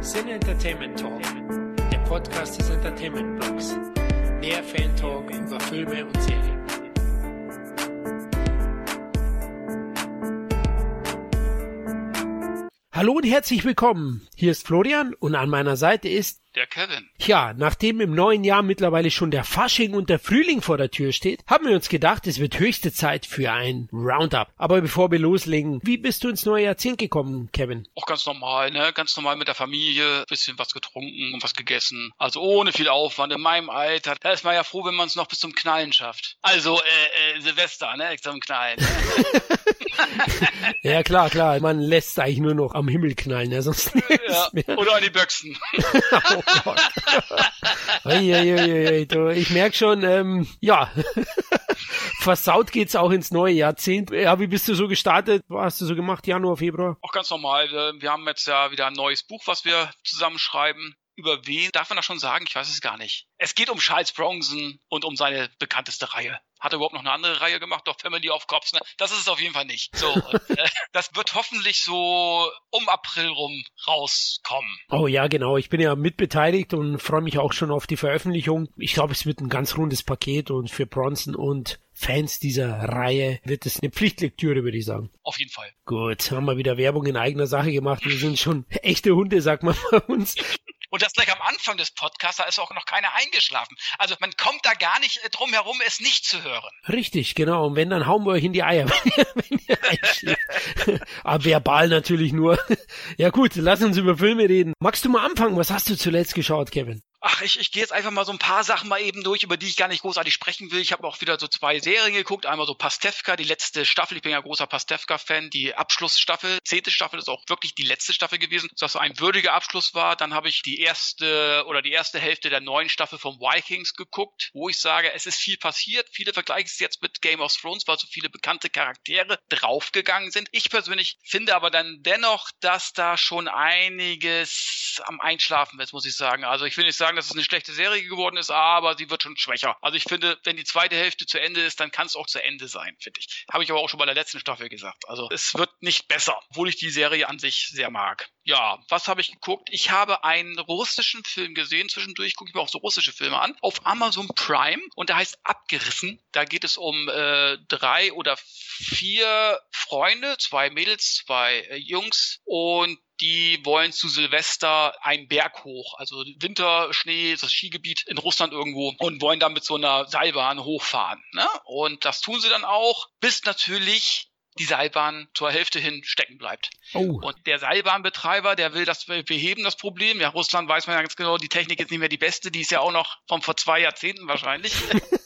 Sin Entertainment Talk, der Podcast des Entertainment Blogs. Mehr Fan-Talk über Filme und Serien. Hallo und herzlich willkommen. Hier ist Florian und an meiner Seite ist der Kevin. Ja, nachdem im neuen Jahr mittlerweile schon der Fasching und der Frühling vor der Tür steht, haben wir uns gedacht, es wird höchste Zeit für ein Roundup. Aber bevor wir loslegen, wie bist du ins neue Jahrzehnt gekommen, Kevin? Auch ganz normal, ne? Ganz normal mit der Familie, bisschen was getrunken und was gegessen. Also ohne viel Aufwand. In meinem Alter, da ist man ja froh, wenn man es noch bis zum Knallen schafft. Also, Silvester, ne? Zum Knallen. Ja, klar. Man lässt eigentlich nur noch am Himmel knallen, ja, sonst nichts mehr. Oder an die Büchsen. Oh Gott. Ich merke schon, versaut geht's auch ins neue Jahrzehnt. Ja, wie bist du so gestartet? Was hast du so gemacht, Januar, Februar? Auch ganz normal. Wir haben jetzt ja wieder ein neues Buch, was wir zusammenschreiben. Über wen darf man das schon sagen? Ich weiß es gar nicht. Es geht um Charles Bronson und um seine bekannteste Reihe. Hat er überhaupt noch eine andere Reihe gemacht? Doch, Family of Cops, ne? Das ist es auf jeden Fall nicht. So, das wird hoffentlich so um April rum rauskommen. Oh ja, genau. Ich bin ja mitbeteiligt und freue mich auch schon auf die Veröffentlichung. Ich glaube, es wird ein ganz rundes Paket und für Bronson und Fans dieser Reihe wird es eine Pflichtlektüre, würde ich sagen. Auf jeden Fall. Gut, haben wir wieder Werbung in eigener Sache gemacht. Wir sind schon echte Hunde, sagt man bei uns. Und das gleich am Anfang des Podcasts, da ist auch noch keiner eingeschlafen. Also man kommt da gar nicht drum herum, es nicht zu hören. Richtig, genau. Und wenn, dann hauen wir euch in die Eier, wenn ihr einschläft. Aber verbal natürlich nur. Ja gut, lass uns über Filme reden. Magst du mal anfangen? Was hast du zuletzt geschaut, Kevin? Ach, ich gehe jetzt einfach mal so ein paar Sachen mal eben durch, über die ich gar nicht großartig sprechen will. Ich habe auch wieder so 2 Serien geguckt. Einmal so Pastewka, die letzte Staffel. Ich bin ja großer Pastewka-Fan. Die Abschlussstaffel, 10. Staffel ist auch wirklich die letzte Staffel gewesen, dass so ein würdiger Abschluss war. Dann habe ich die erste Hälfte der neuen Staffel von Vikings geguckt, wo ich sage, es ist viel passiert. Viele vergleichen es jetzt mit Game of Thrones, weil so viele bekannte Charaktere draufgegangen sind. Ich persönlich finde aber dann dennoch, dass da schon einiges am Einschlafen ist, muss ich sagen. Also ich will nicht sagen, dass es eine schlechte Serie geworden ist, aber sie wird schon schwächer. Also ich finde, wenn die zweite Hälfte zu Ende ist, dann kann es auch zu Ende sein, finde ich. Habe ich aber auch schon bei der letzten Staffel gesagt. Also es wird nicht besser, obwohl ich die Serie an sich sehr mag. Ja, was habe ich geguckt? Ich habe einen russischen Film gesehen. Zwischendurch gucke ich mir auch so russische Filme an. Auf Amazon Prime. Und der heißt Abgerissen. Da geht es um 3 oder 4 Freunde, 2 Mädels, 2 Jungs. Und die wollen zu Silvester einen Berg hoch, also Winterschnee, das Skigebiet in Russland irgendwo, und wollen dann mit so einer Seilbahn hochfahren, ne? Und das tun sie dann auch, bis natürlich die Seilbahn zur Hälfte hin stecken bleibt. Oh. Und der Seilbahnbetreiber, der will das beheben, das Problem. Ja, Russland weiß man ja ganz genau, die Technik ist nicht mehr die beste, die ist ja auch noch von vor 2 Jahrzehnten wahrscheinlich.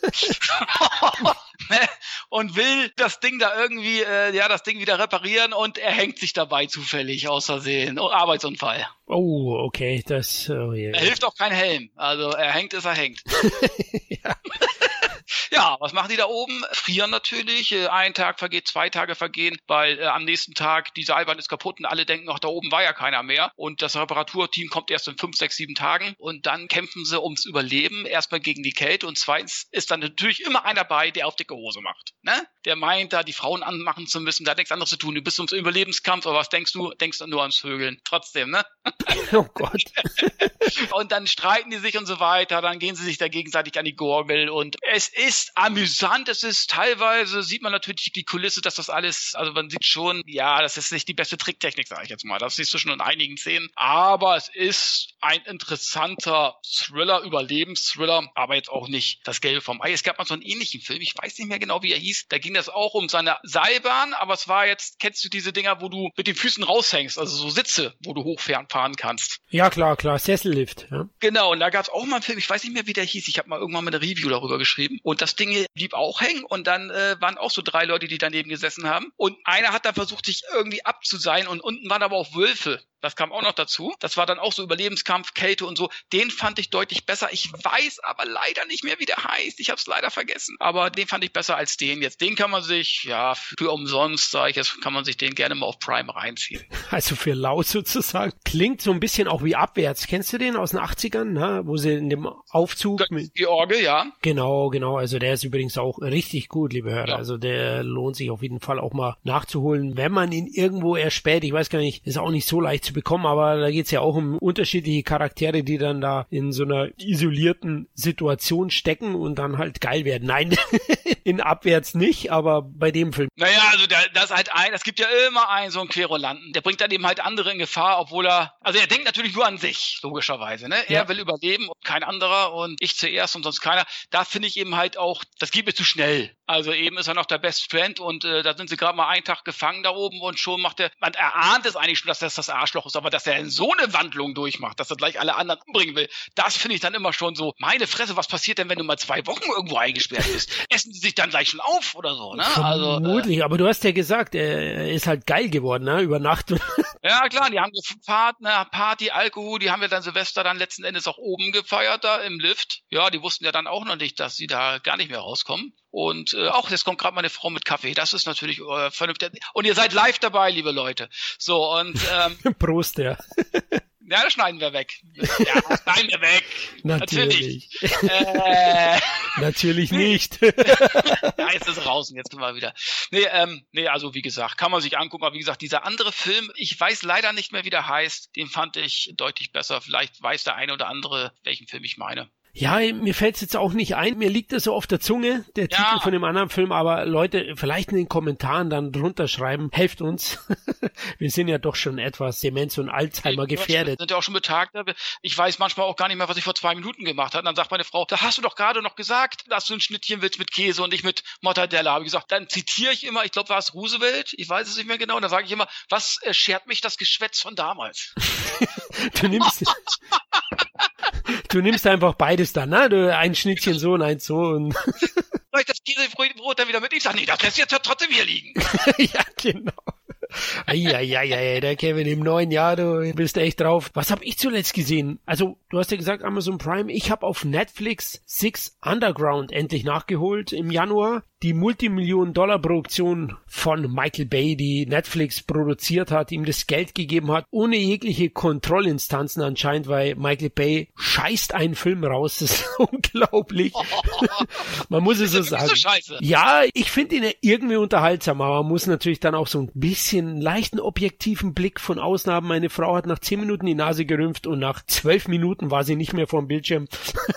Und will das Ding da irgendwie, das Ding wieder reparieren, und er hängt sich dabei zufällig aus Versehen. Oh, Arbeitsunfall. Oh, okay, das... Oh, yeah. Er hilft auch kein Helm. Also er hängt, er hängt. Ja. Ja, was machen die da oben? Frieren natürlich. Ein Tag vergeht, 2 Tage vergehen, weil am nächsten Tag die Seilbahn ist kaputt und alle denken, ach, da oben war ja keiner mehr. Und das Reparaturteam kommt erst in 5, 6, 7 Tagen. Und dann kämpfen sie ums Überleben. Erstmal gegen die Kälte, und zweitens ist dann natürlich immer einer dabei, der auf dicke Hose macht. Ne? Der meint, da die Frauen anmachen zu müssen, da hat nichts anderes zu tun. Du bist ums Überlebenskampf, aber was denkst du? Denkst du nur ans Vögeln. Trotzdem, ne? Oh Gott. Und dann streiten die sich und so weiter. Dann gehen sie sich da gegenseitig an die Gurgel. Und es ist amüsant. Es ist teilweise, sieht man natürlich die Kulisse, dass das alles, also man sieht schon, ja, das ist nicht die beste Tricktechnik, sage ich jetzt mal. Das siehst du schon in einigen Szenen. Aber es ist ein interessanter Thriller, Überlebensthriller, aber jetzt auch nicht das Gelbe vom Ei. Es gab mal so einen ähnlichen Film, ich weiß nicht mehr genau, wie er hieß. Da ging das auch um seine Seilbahn, aber es war jetzt, kennst du diese Dinger, wo du mit den Füßen raushängst, also so Sitze, wo du hochfahren kannst. Ja, klar, Sessellift. Ja. Genau, und da gab es auch mal einen Film, ich weiß nicht mehr, wie der hieß. Ich habe mal irgendwann mal eine Review darüber geschrieben. Und das Ding blieb auch hängen, und dann waren auch so 3 Leute, die daneben gesessen haben. Und einer hat dann versucht, sich irgendwie abzuseilen, und unten waren aber auch Wölfe. Das kam auch noch dazu. Das war dann auch so Überlebenskampf, Kälte und so. Den fand ich deutlich besser. Ich weiß aber leider nicht mehr, wie der heißt. Ich habe es leider vergessen. Aber den fand ich besser als den jetzt. Den kann man sich, ja, für umsonst, sage ich jetzt, kann man sich den gerne mal auf Prime reinziehen. Also für lau sozusagen. Klingt so ein bisschen auch wie Abwärts. Kennst du den aus den 80ern, ne? Wo sie in dem Aufzug... Die Orgel, ja. Genau. Also der ist übrigens auch richtig gut, liebe Hörer. Ja. Also der lohnt sich auf jeden Fall auch mal nachzuholen, wenn man ihn irgendwo erspäht. Ich weiß gar nicht, ist auch nicht so leicht zu bekommen, aber da geht's ja auch um unterschiedliche Charaktere, die dann da in so einer isolierten Situation stecken und dann halt geil werden. Nein, in Abwärts nicht, aber bei dem Film. Naja, also es gibt ja immer einen so einen Querulanten, der bringt dann eben halt andere in Gefahr, obwohl er denkt natürlich nur an sich, logischerweise, ne? Er will überleben und kein anderer und ich zuerst und sonst keiner. Da finde ich eben halt auch, das geht mir zu schnell. Also eben ist er noch der Best Friend und da sind sie gerade mal einen Tag gefangen da oben und schon man erahnt es eigentlich schon, dass das Arschloch ist, aber dass er in so eine Wandlung durchmacht, dass er gleich alle anderen umbringen will, das finde ich dann immer schon so, meine Fresse, was passiert denn, wenn du mal 2 Wochen irgendwo eingesperrt bist? Essen die sich dann gleich schon auf oder so, ne? Vermutlich, aber du hast ja gesagt, er ist halt geil geworden, ne? Über Nacht. Ja, klar, die haben gefeiert, ne? Party, Alkohol, die haben ja dann Silvester dann letzten Endes auch oben gefeiert, da im Lift. Ja, die wussten ja dann auch noch nicht, dass sie da gar nicht mehr rauskommen. Und auch jetzt kommt gerade meine Frau mit Kaffee. Das ist natürlich vernünftig. Und ihr seid live dabei, liebe Leute. So, und Prost, ja. Ja, das schneiden wir weg. Ja, das schneiden wir weg. Natürlich. Natürlich nicht. Ja, jetzt ist es raus und jetzt können wir wieder. Nee, also wie gesagt, kann man sich angucken. Aber wie gesagt, dieser andere Film, ich weiß leider nicht mehr, wie der heißt. Den fand ich deutlich besser. Vielleicht weiß der eine oder andere, welchen Film ich meine. Ja, mir fällt's jetzt auch nicht ein. Mir liegt das so auf der Zunge, der Titel von dem anderen Film. Aber Leute, vielleicht in den Kommentaren dann drunter schreiben. Helft uns. Wir sind ja doch schon etwas Demenz- und Alzheimer gefährdet. Wir sind ja auch schon betagt. Ich weiß manchmal auch gar nicht mehr, was ich vor 2 Minuten gemacht habe. Und dann sagt meine Frau, da hast du doch gerade noch gesagt, dass du ein Schnittchen willst mit Käse und nicht mit Mortadella. Habe ich gesagt, dann zitiere ich immer, ich glaube, war es Roosevelt? Ich weiß es nicht mehr genau. Und dann sage ich immer, was schert mich das Geschwätz von damals? Du nimmst einfach beides dann, ne? Ein Schnittchen so und eins so und soll ich das Käsebrot dann wieder mit? Ich sage, nee, das lässt jetzt ja trotzdem hier liegen. Ja, genau. Eieieiei, der Kevin im neuen Jahr, du bist echt drauf. Was habe ich zuletzt gesehen? Also, du hast ja gesagt Amazon Prime. Ich habe auf Netflix Six Underground endlich nachgeholt im Januar. Die Multimillionen-Dollar-Produktion von Michael Bay, die Netflix produziert hat, ihm das Geld gegeben hat, ohne jegliche Kontrollinstanzen anscheinend, weil Michael Bay scheißt einen Film raus. Das ist unglaublich. Man muss es so sagen. So ja, ich finde ihn ja irgendwie unterhaltsam, aber man muss natürlich dann auch so ein bisschen leichten objektiven Blick von außen haben. Meine Frau hat nach 10 Minuten die Nase gerümpft und nach 12 Minuten war sie nicht mehr vor dem Bildschirm.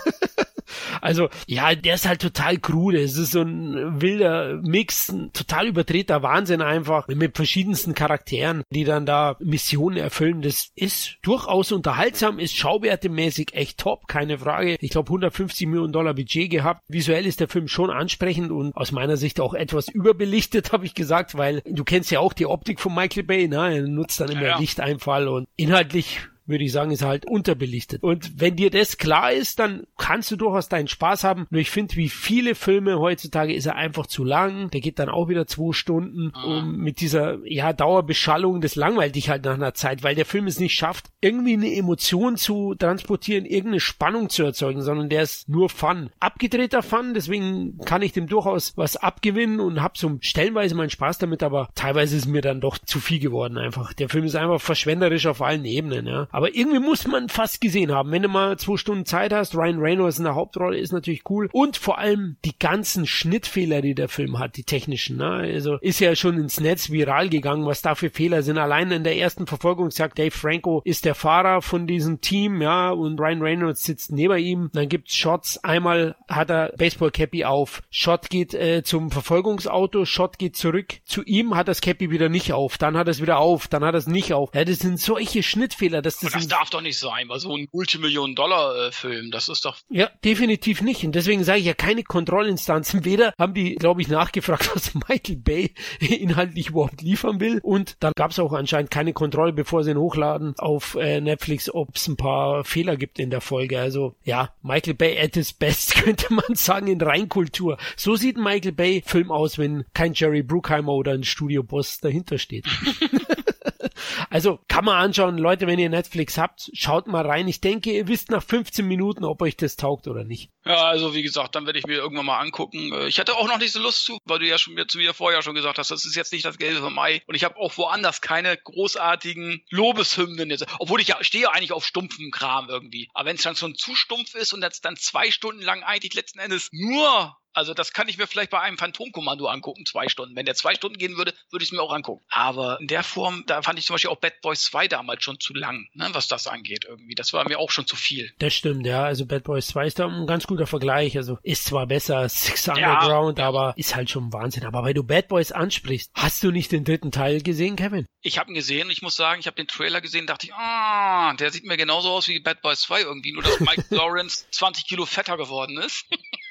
Also, ja, der ist halt total krude. Es ist so ein wilder Mix, ein total überdrehter Wahnsinn einfach mit verschiedensten Charakteren, die dann da Missionen erfüllen. Das ist durchaus unterhaltsam, ist schauwertemäßig echt top, keine Frage. Ich glaube, $150 Millionen Budget gehabt. Visuell ist der Film schon ansprechend und aus meiner Sicht auch etwas überbelichtet, habe ich gesagt, weil du kennst ja auch die Optik von Michael Bay, ne? Er nutzt dann immer Lichteinfall und inhaltlich würde ich sagen, ist halt unterbelichtet. Und wenn dir das klar ist, dann kannst du durchaus deinen Spaß haben. Nur ich finde, wie viele Filme heutzutage ist er einfach zu lang. Der geht dann auch wieder 2 Stunden. Und mit dieser, Dauerbeschallung, das langweilt dich halt nach einer Zeit, weil der Film es nicht schafft, irgendwie eine Emotion zu transportieren, irgendeine Spannung zu erzeugen, sondern der ist nur Fun. Abgedrehter Fun, deswegen kann ich dem durchaus was abgewinnen und habe so stellenweise meinen Spaß damit, aber teilweise ist mir dann doch zu viel geworden einfach. Der Film ist einfach verschwenderisch auf allen Ebenen, ja. Aber irgendwie muss man fast gesehen haben. Wenn du mal 2 Stunden Zeit hast, Ryan Reynolds in der Hauptrolle ist natürlich cool. Und vor allem die ganzen Schnittfehler, die der Film hat, die technischen. Ne? Also ist ja schon ins Netz viral gegangen, was da für Fehler sind. Allein in der ersten Verfolgungsjagd, Dave Franco ist der Fahrer von diesem Team, ja, und Ryan Reynolds sitzt neben ihm. Dann gibt's Shots. Einmal hat er Baseball-Cappy auf. Shot geht zum Verfolgungsauto. Shot geht zurück zu ihm, hat das Cappy wieder nicht auf. Dann hat er es wieder auf. Dann hat er es nicht auf. Ja, das sind solche Schnittfehler, dass das darf doch nicht sein, weil so ein Multimillionen-Dollar-Film, das ist doch... Ja, definitiv nicht. Und deswegen sage ich ja keine Kontrollinstanzen. Weder haben die, glaube ich, nachgefragt, was Michael Bay inhaltlich überhaupt liefern will. Und dann gab es auch anscheinend keine Kontrolle, bevor sie ihn hochladen auf Netflix, ob es ein paar Fehler gibt in der Folge. Also ja, Michael Bay at his best, könnte man sagen, in Reinkultur. So sieht ein Michael Bay-Film aus, wenn kein Jerry Bruckheimer oder ein Studioboss dahinter steht. Also kann man anschauen, Leute, wenn ihr Netflix habt, schaut mal rein. Ich denke, ihr wisst nach 15 Minuten, ob euch das taugt oder nicht. Ja, also wie gesagt, dann werde ich mir irgendwann mal angucken. Ich hatte auch noch nicht so Lust zu, weil du ja schon mir zu mir vorher schon gesagt hast, das ist jetzt nicht das Gelbe vom Ei. Und ich habe auch woanders keine großartigen Lobeshymnen jetzt. Obwohl ich stehe eigentlich auf stumpfen Kram irgendwie. Aber wenn es dann schon zu stumpf ist und jetzt dann 2 Stunden lang eigentlich letzten Endes nur Also das kann ich mir vielleicht bei einem Phantomkommando angucken, 2 Stunden. Wenn der 2 Stunden gehen würde, würde ich es mir auch angucken. Aber in der Form, da fand ich zum Beispiel auch Bad Boys 2 damals schon zu lang, ne, was das angeht irgendwie. Das war mir auch schon zu viel. Das stimmt, ja. Also Bad Boys 2 ist da ein ganz guter Vergleich. Also ist zwar besser als Six Underground, aber ist halt schon Wahnsinn. Aber weil du Bad Boys ansprichst, hast du nicht den 3. Teil gesehen, Kevin? Ich habe ihn gesehen. Ich muss sagen, ich habe den Trailer gesehen, dachte ich, der sieht mir genauso aus wie Bad Boys 2 irgendwie. Nur, dass Mike Lawrence 20 Kilo fetter geworden ist.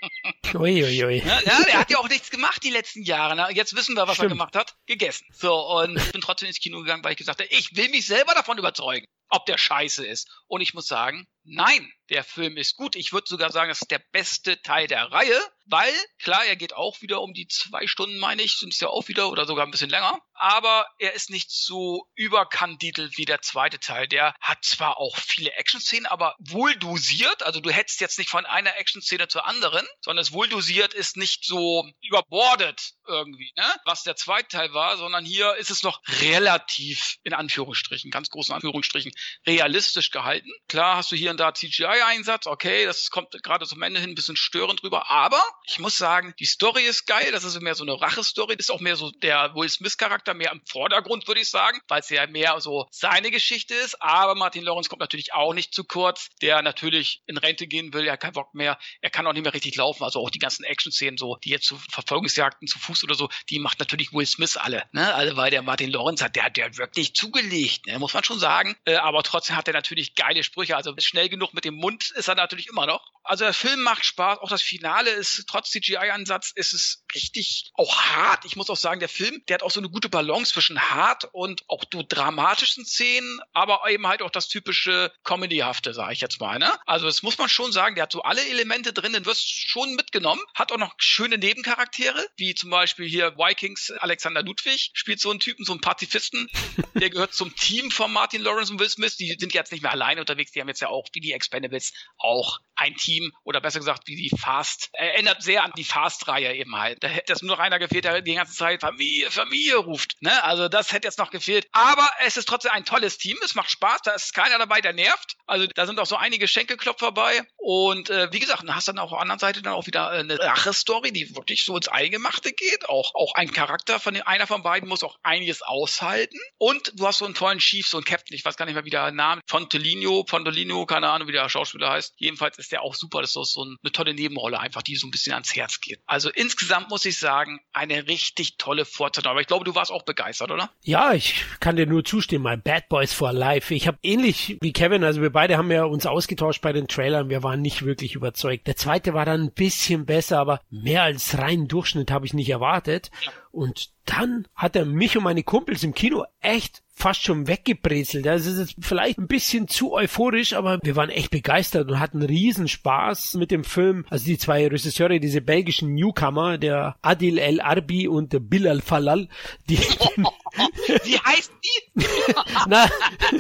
Uiuiui. Ja, der hat ja auch nichts gemacht die letzten Jahre. Ne? Jetzt wissen wir, was er gemacht hat. Gegessen. So, und ich bin trotzdem ins Kino gegangen, weil ich gesagt habe, ich will mich selber davon überzeugen, ob der scheiße ist. Und ich muss sagen, nein, der Film ist gut. Ich würde sogar sagen, das ist der beste Teil der Reihe, weil, klar, er geht auch wieder um die 2 Stunden, meine ich, sind es ja auch wieder oder sogar ein bisschen länger. Aber er ist nicht so überkandidelt wie der 2. Teil. Der hat zwar auch viele Action-Szenen, aber wohl dosiert. Also du hetzt jetzt nicht von einer Action-Szene zur anderen, sondern es wohl dosiert ist nicht so überbordet irgendwie, ne? Was der 2. Teil war, sondern hier ist es noch relativ, in Anführungsstrichen, ganz großen Anführungsstrichen, realistisch gehalten. Klar hast du hier und da CGI-Einsatz, okay, das kommt gerade zum Ende hin ein bisschen störend rüber, aber ich muss sagen, die Story ist geil, das ist mehr so eine Rache-Story, das ist auch mehr so der Will Smith-Charakter, mehr im Vordergrund, würde ich sagen, weil es ja mehr so seine Geschichte ist, aber Martin Lawrence kommt natürlich auch nicht zu kurz, der natürlich in Rente gehen will, er hat keinen Bock mehr, er kann auch nicht mehr richtig laufen, also auch die ganzen Action-Szenen so, die jetzt zu Verfolgungsjagden zu Fuß oder so, die macht natürlich Will Smith alle, ne, also weil der Martin Lawrence hat, der hat wirklich zugelegt, ne, muss man schon sagen, aber trotzdem hat er natürlich geile Sprüche, also schnell genug mit dem Mund ist er natürlich immer noch. Also der Film macht Spaß, auch das Finale ist, trotz CGI-Ansatz, ist es richtig auch hart. Ich muss auch sagen, der Film, der hat auch so eine gute Balance zwischen hart und auch so dramatischen Szenen, aber eben halt auch das typische Comedyhafte, sage ich jetzt mal, ne? Also das muss man schon sagen, der hat so alle Elemente drin, den wirst schon mitgenommen, hat auch noch schöne Nebencharaktere, wie zum Beispiel hier Vikings Alexander Ludwig, spielt so einen Typen, so einen Pazifisten, der gehört zum Team von Martin Lawrence und Will Smith, die sind jetzt nicht mehr alleine unterwegs, die haben jetzt ja auch, wie die Expendables, auch ein Team, oder besser gesagt, wie die Fast, erinnert sehr an die Fast-Reihe eben halt. Da hätte es nur noch einer gefehlt, der die ganze Zeit Familie ruft, ne? Also das hätte jetzt noch gefehlt. Aber es ist trotzdem ein tolles Team, es macht Spaß, da ist keiner dabei, der nervt. Also da sind auch so einige Schenkelklopfer bei. Und wie gesagt, du hast dann auf der anderen Seite dann auch wieder eine Rache-Story, die wirklich so ins Eingemachte geht. Auch ein Charakter einer von beiden muss auch einiges aushalten. Und du hast so einen tollen Chief, so einen Captain, ich weiß gar nicht mehr, wie der Name, Fontolino, keine Ahnung, wie der Schauspieler heißt. Jedenfalls ist der auch super, das ist so eine tolle Nebenrolle einfach, die so ein bisschen ans Herz geht. Also insgesamt muss ich sagen, eine richtig tolle Fortsetzung. Aber ich glaube, du warst auch begeistert, oder? Ja, ich kann dir nur zustimmen, my Bad Boys for Life. Ich habe ähnlich wie Kevin, also wir beide haben ja uns ausgetauscht bei den Trailern, wir waren nicht wirklich überzeugt. Der 2. war dann ein bisschen besser, aber mehr als reinen Durchschnitt habe ich nicht erwartet. Ja. Und dann hat er mich und meine Kumpels im Kino echt fast schon weggebrezelt. Das ist jetzt vielleicht ein bisschen zu euphorisch, aber wir waren echt begeistert und hatten riesen Spaß mit dem Film. Also die 2 Regisseure, diese belgischen Newcomer, der Adil El Arbi und der Bilal Falal, die wie heißt die? Na,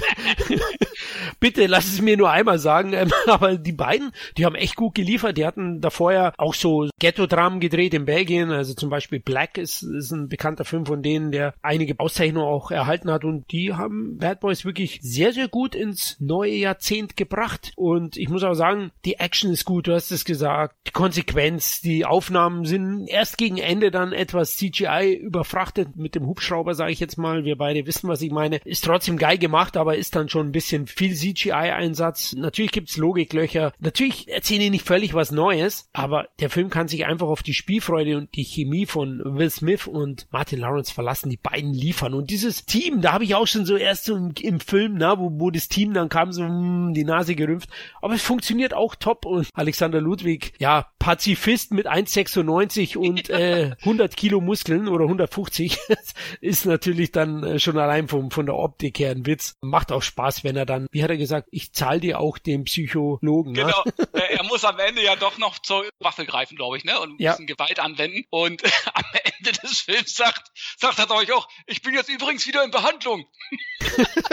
bitte lass es mir nur einmal sagen, aber die beiden, die haben echt gut geliefert. Die hatten davor ja auch so Ghetto-Dramen gedreht in Belgien, also zum Beispiel Black ist ein bekannter Film von denen, der einige Auszeichnungen auch erhalten hat, und die haben Bad Boys wirklich sehr, sehr gut ins neue Jahrzehnt gebracht. Und ich muss auch sagen, die Action ist gut, du hast es gesagt, die Konsequenz, die Aufnahmen sind erst gegen Ende dann etwas CGI überfrachtet mit dem Hubschrauber, sage ich jetzt mal, wir beide wissen, was ich meine, ist trotzdem geil gemacht, aber ist dann schon ein bisschen viel CGI-Einsatz. Natürlich gibt's Logiklöcher, natürlich erzählen die nicht völlig was Neues, aber der Film kann sich einfach auf die Spielfreude und die Chemie von Will Smith und Martin Lawrence verlassen, die beiden liefern. Und dieses Team, da habe ich auch schon so erst so im Film, wo das Team dann kam, so die Nase gerümpft, aber es funktioniert auch top. Und Alexander Ludwig, ja, Pazifist mit 1,96 und 100 Kilo Muskeln oder 150, ist natürlich dann schon allein von der Optik her ein Witz. Macht auch Spaß, wenn er dann, wie hat er gesagt, ich zahle dir auch den Psychologen. Genau, ne? Er muss am Ende ja doch noch zur Waffe greifen, glaube ich, ne? Und ein bisschen Gewalt anwenden. Und am Ende des Films sagt er euch auch, ich bin jetzt übrigens wieder in Behandlung.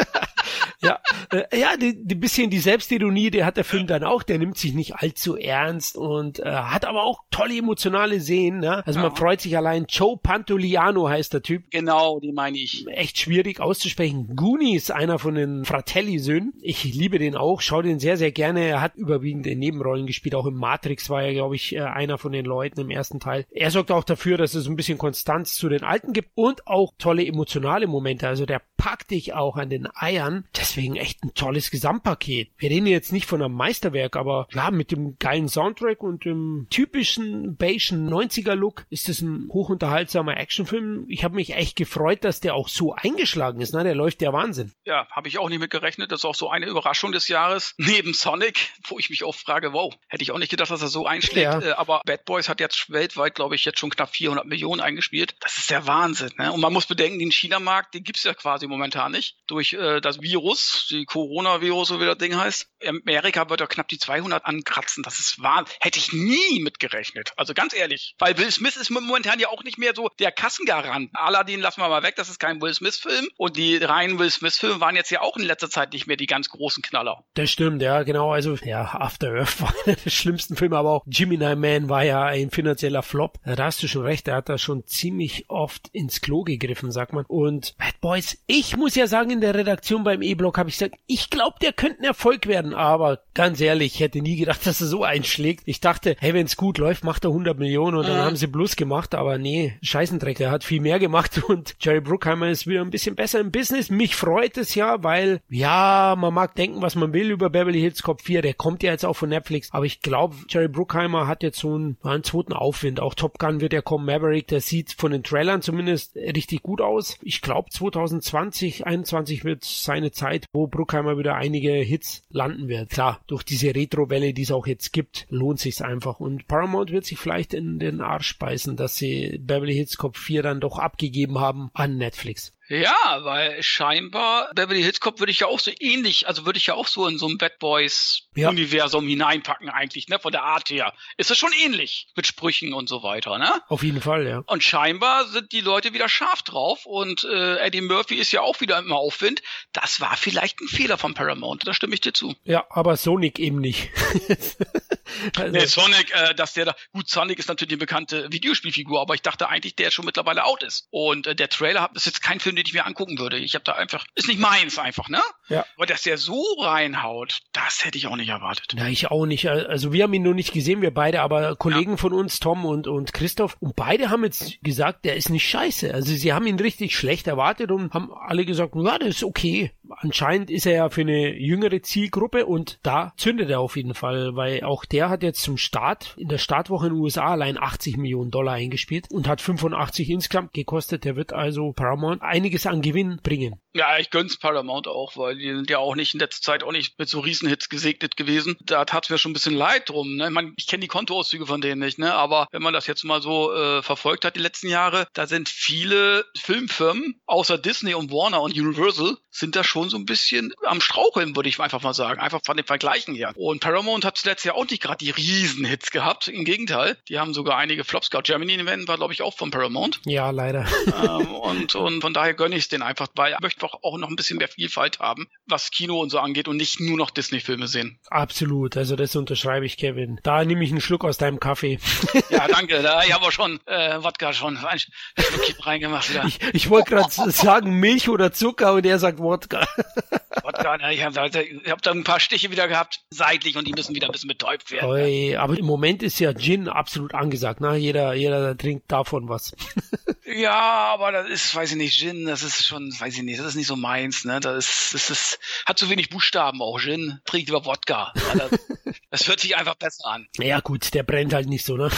Die bisschen die Selbstironie, der hat der Film dann auch, der nimmt sich nicht allzu ernst und hat aber auch tolle emotionale Szenen, ne? Also man freut sich allein, Joe Pantoliano heißt der Typ. Genau, die meine ich. Echt schwierig auszusprechen. Goonies, einer von den Fratelli-Söhnen. Ich liebe den auch, schaue den sehr, sehr gerne. Er hat überwiegend in Nebenrollen gespielt, auch im Matrix war er, glaube ich, einer von den Leuten im ersten Teil. Er sorgt auch dafür, dass es ein bisschen Konstanz zu den Alten gibt und auch tolle emotionale Momente. Also der packt dich auch an den Eiern. Deswegen echt ein tolles Gesamtpaket. Wir reden jetzt nicht von einem Meisterwerk, aber ja, mit dem geilen Soundtrack und dem typischen beigen 90er-Look ist es ein hochunterhaltsamer Actionfilm. Ich habe mich echt gefreut, dass der auch so eingeschlagen ist. Ne? Der läuft ja Wahnsinn. Ja, habe ich auch nicht mit gerechnet. Das ist auch so eine Überraschung des Jahres. Neben Sonic, wo ich mich auch frage, wow, hätte ich auch nicht gedacht, dass er so einschlägt. Ja. Aber Bad Boys hat jetzt weltweit, glaube ich, jetzt schon knapp 400 Millionen eingespielt. Das ist der Wahnsinn. Ne? Und man muss bedenken, den China-Markt, den gibt's ja quasi momentan nicht. Durch das Virus, die Coronavirus, so wie das Ding heißt. In Amerika wird er knapp die 200 ankratzen. Das ist Wahnsinn. Hätte ich nie mitgerechnet. Also ganz ehrlich. Weil Will Smith ist momentan ja auch nicht mehr so der Kassengarant. Aladdin lassen wir mal weg, das ist kein Will Smith-Film. Und die reinen Will Smith-Filme waren jetzt ja auch in letzter Zeit nicht mehr die ganz großen Knaller. Das stimmt, ja, genau. Also, ja, After Earth war einer der schlimmsten Filme, aber auch Gemini Man war ja ein finanzieller Flop. Da hast du schon recht, er hat da schon ziemlich oft ins Klo gegriffen, sagt man. Und Bad Boys, ich muss ja sagen, in der Redaktion beim E-Block habe ich gesagt, ich glaube, der könnte ein Erfolg werden, aber ganz ehrlich, ich hätte nie gedacht, dass er so einschlägt. Ich dachte, hey, wenn es gut läuft, macht er 100 Millionen und dann haben sie Plus gemacht, aber nee, Scheißendreck, er hat viel mehr gemacht und Jerry Bruckheimer ist wieder ein bisschen besser im Business. Mich freut es ja, weil, ja, man mag denken, was man will über Beverly Hills Cop 4, der kommt ja jetzt auch von Netflix, aber ich glaube, Jerry Bruckheimer hat jetzt so einen zweiten Aufwind. Auch Top Gun wird ja kommen, Maverick, der sieht von den Trailern zumindest richtig gut aus. Ich glaube, 2020, 2021 wird seine Zeit, wo Bruckheimer wieder einige Hits landen wird. Klar, durch diese Retro-Welle, die es auch jetzt gibt, lohnt sich's einfach. Und Paramount wird sich vielleicht in den Arsch beißen, dass sie Beverly Hills Cop 4 dann doch abgegeben haben an Netflix. Ja, weil scheinbar Beverly Hills Cop würde ich ja auch so ähnlich, also würde ich ja auch so in so ein Bad Boys Universum hineinpacken eigentlich, ne, von der Art her. Ist das schon ähnlich mit Sprüchen und so weiter, ne? Auf jeden Fall, ja. Und scheinbar sind die Leute wieder scharf drauf und Eddie Murphy ist ja auch wieder im Aufwind. Das war vielleicht ein Fehler von Paramount, da stimme ich dir zu. Ja, aber Sonic eben nicht. Also. Nee, Sonic, dass der da, gut, Sonic ist natürlich eine bekannte Videospielfigur, aber ich dachte eigentlich, der schon mittlerweile out ist. Und der Trailer ist jetzt kein Film, den ich mir angucken würde. Ich habe da einfach, ist nicht meins einfach, ne? Ja. Aber dass der so reinhaut, das hätte ich auch nicht erwartet. Ja, ich auch nicht. Also wir haben ihn nur nicht gesehen, wir beide, aber Kollegen von uns, Tom und Christoph, und beide haben jetzt gesagt, der ist nicht scheiße. Also sie haben ihn richtig schlecht erwartet und haben alle gesagt, ja, das ist okay. Anscheinend ist er ja für eine jüngere Zielgruppe und da zündet er auf jeden Fall, weil auch der hat jetzt zum Start, in der Startwoche in den USA allein $80 Millionen eingespielt und hat 85 insgesamt gekostet. Der wird also Paramount einiges an Gewinn bringen. Ja, ich gönn's Paramount auch, weil die sind ja auch nicht in letzter Zeit auch nicht mit so Riesenhits gesegnet gewesen. Da tat's mir schon ein bisschen leid drum. Ne? Ich kenne die Kontoauszüge von denen nicht, ne? Aber wenn man das jetzt mal so verfolgt hat die letzten Jahre, da sind viele Filmfirmen, außer Disney und Warner und Universal, sind da schon so ein bisschen am Straucheln, würde ich einfach mal sagen. Einfach von den Vergleichen her. Und Paramount hat letztes Jahr auch nicht gerade die Riesenhits gehabt. Im Gegenteil, die haben sogar einige Flops gehabt. Gemini Man war, glaube ich, auch von Paramount. Ja, leider. Und von daher gönne ich es denen einfach, weil ich möchte auch noch ein bisschen mehr Vielfalt haben, was Kino und so angeht und nicht nur noch Disney-Filme sehen. Absolut, also das unterschreibe ich, Kevin. Da nehme ich einen Schluck aus deinem Kaffee. Ja, danke. Da ich habe auch schon Wodka schon ein Schluckchen reingemacht wieder. Ich wollte gerade sagen Milch oder Zucker und er sagt Wodka. Wodka, ne? Ich hab da ein paar Stiche wieder gehabt, seitlich, und die müssen wieder ein bisschen betäubt werden. Oi, aber im Moment ist ja Gin absolut angesagt, ne? Jeder trinkt davon was. Ja, aber das ist, weiß ich nicht, Gin, das ist schon, weiß ich nicht, das ist nicht so meins, ne? Das ist, hat zu wenig Buchstaben auch. Gin trinkt über Wodka. Das hört sich einfach besser an. Ja gut, der brennt halt nicht so, ne?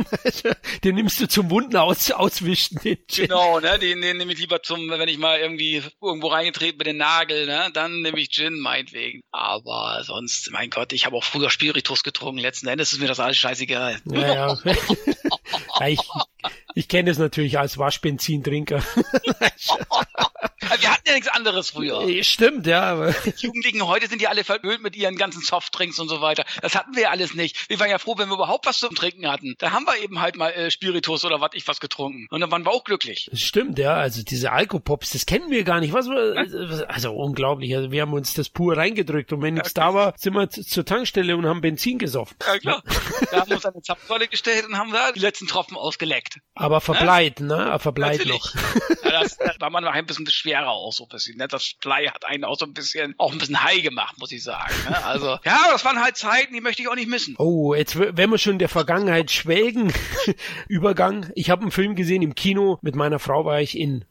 Den nimmst du zum Wunden auswischen, den Gin. Genau, ne? Den nehme ich lieber wenn ich mal irgendwie irgendwo reingetreten mit den Nagel, ne? Dann nehme ich Gin, meinetwegen. Aber sonst, mein Gott, ich habe auch früher Spiritus getrunken. Letzten Endes ist mir das alles scheißegal. Ja. Ich kenne das natürlich als Waschbenzintrinker. Wir hatten ja nichts anderes früher. Stimmt, ja. Aber die Jugendlichen heute sind ja alle verölt mit ihren ganzen Softdrinks und so weiter. Das hatten wir ja alles nicht. Wir waren ja froh, wenn wir überhaupt was zum Trinken hatten. Da haben wir eben halt mal Spiritus oder was getrunken. Und dann waren wir auch glücklich. Stimmt, ja. Also diese Alkopops, das kennen wir gar nicht. Also unglaublich. Also wir haben uns das pur reingedrückt. Und wenn nichts da war, sind wir zur Tankstelle und haben Benzin gesoffen. Ja, klar. Wir haben uns an eine Zapfsäule gestellt und haben da die letzten Tropfen ausgeleckt. Aber verbleibt, ne? Verbleibt noch. Ja, das war man ein bisschen schwerer auch so ein bisschen. Ne? Das Blei hat einen auch ein bisschen high gemacht, muss ich sagen. Ne? Also, ja, das waren halt Zeiten, die möchte ich auch nicht missen. Oh, jetzt, wenn wir schon in der Vergangenheit schwelgen, Übergang. Ich habe einen Film gesehen im Kino. Mit meiner Frau war ich in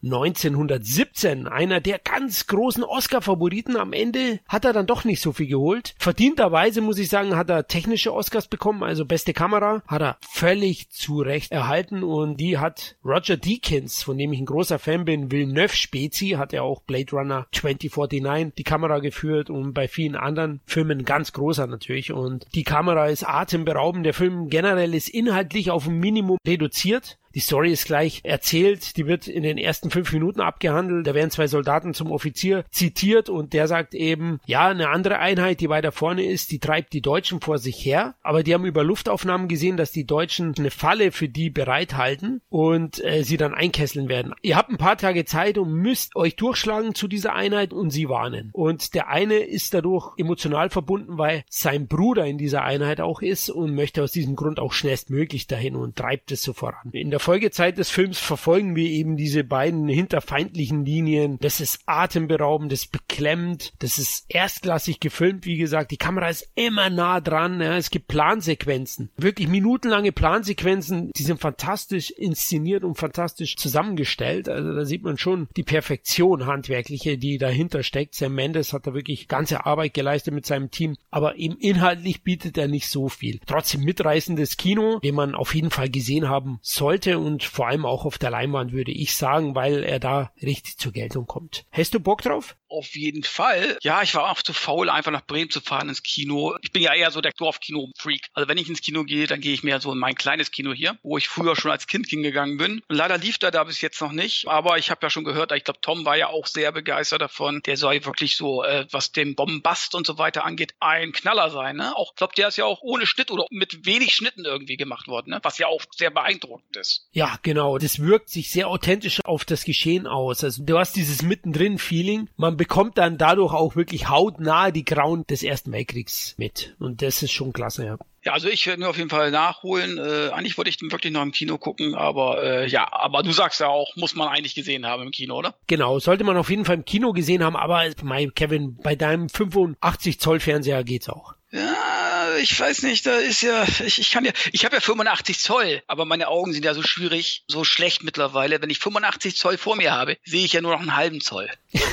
1917. Einer der ganz großen Oscar-Favoriten. Am Ende hat er dann doch nicht so viel geholt. Verdienterweise, muss ich sagen, hat er technische Oscars bekommen, also beste Kamera. Hat er völlig zu Recht erhalten und die hat Roger Deakins, von dem ich ein großer Fan bin, Villeneuve-Spezi, hat er auch Blade Runner 2049 die Kamera geführt und bei vielen anderen Filmen ganz großer natürlich. Und die Kamera ist atemberaubend. Der Film generell ist inhaltlich auf ein Minimum reduziert. Die Story ist gleich erzählt, die wird in den ersten 5 Minuten abgehandelt, da werden 2 Soldaten zum Offizier zitiert und der sagt eben, ja, eine andere Einheit, die weiter vorne ist, die treibt die Deutschen vor sich her, aber die haben über Luftaufnahmen gesehen, dass die Deutschen eine Falle für die bereithalten und sie dann einkesseln werden. Ihr habt ein paar Tage Zeit und müsst euch durchschlagen zu dieser Einheit und sie warnen. Und der eine ist dadurch emotional verbunden, weil sein Bruder in dieser Einheit auch ist und möchte aus diesem Grund auch schnellstmöglich dahin und treibt es so voran. In der Folgezeit des Films verfolgen wir eben diese beiden hinterfeindlichen Linien. Das ist atemberaubend, das ist beklemmend, das ist erstklassig gefilmt, wie gesagt. Die Kamera ist immer nah dran. Ja. Es gibt Plansequenzen, wirklich minutenlange Plansequenzen. Die sind fantastisch inszeniert und fantastisch zusammengestellt. Also da sieht man schon die Perfektion handwerkliche, die dahinter steckt. Sam Mendes hat da wirklich ganze Arbeit geleistet mit seinem Team, aber eben inhaltlich bietet er nicht so viel. Trotzdem mitreißendes Kino, den man auf jeden Fall gesehen haben sollte und vor allem auch auf der Leinwand, würde ich sagen, weil er da richtig zur Geltung kommt. Hast du Bock drauf? Auf jeden Fall. Ja, ich war auch zu faul, einfach nach Bremen zu fahren ins Kino. Ich bin ja eher so der Dorfkino-Freak. Also wenn ich ins Kino gehe, dann gehe ich mehr so in mein kleines Kino hier, wo ich früher schon als Kind hingegangen bin. Und leider lief da bis jetzt noch nicht. Aber ich habe ja schon gehört, ich glaube, Tom war ja auch sehr begeistert davon. Der soll wirklich so, was den Bombast und so weiter angeht, ein Knaller sein. Ne? Auch, ich glaube, der ist ja auch ohne Schnitt oder mit wenig Schnitten irgendwie gemacht worden, ne? Was ja auch sehr beeindruckend ist. Ja, genau. Das wirkt sich sehr authentisch auf das Geschehen aus. Also du hast dieses Mittendrin-Feeling. Man bekommt dann dadurch auch wirklich hautnah die Grauen des Ersten Weltkriegs mit. Und das ist schon klasse, ja. Ja, also ich werde mir auf jeden Fall nachholen. Eigentlich wollte ich den wirklich noch im Kino gucken, aber aber du sagst ja auch, muss man eigentlich gesehen haben im Kino, oder? Genau, sollte man auf jeden Fall im Kino gesehen haben, aber Kevin, bei deinem 85 Zoll Fernseher geht's auch. Ja, ich weiß nicht, da ist ja, ich habe ja 85 Zoll, aber meine Augen sind ja so schwierig, so schlecht mittlerweile. Wenn ich 85 Zoll vor mir habe, sehe ich ja nur noch einen halben Zoll.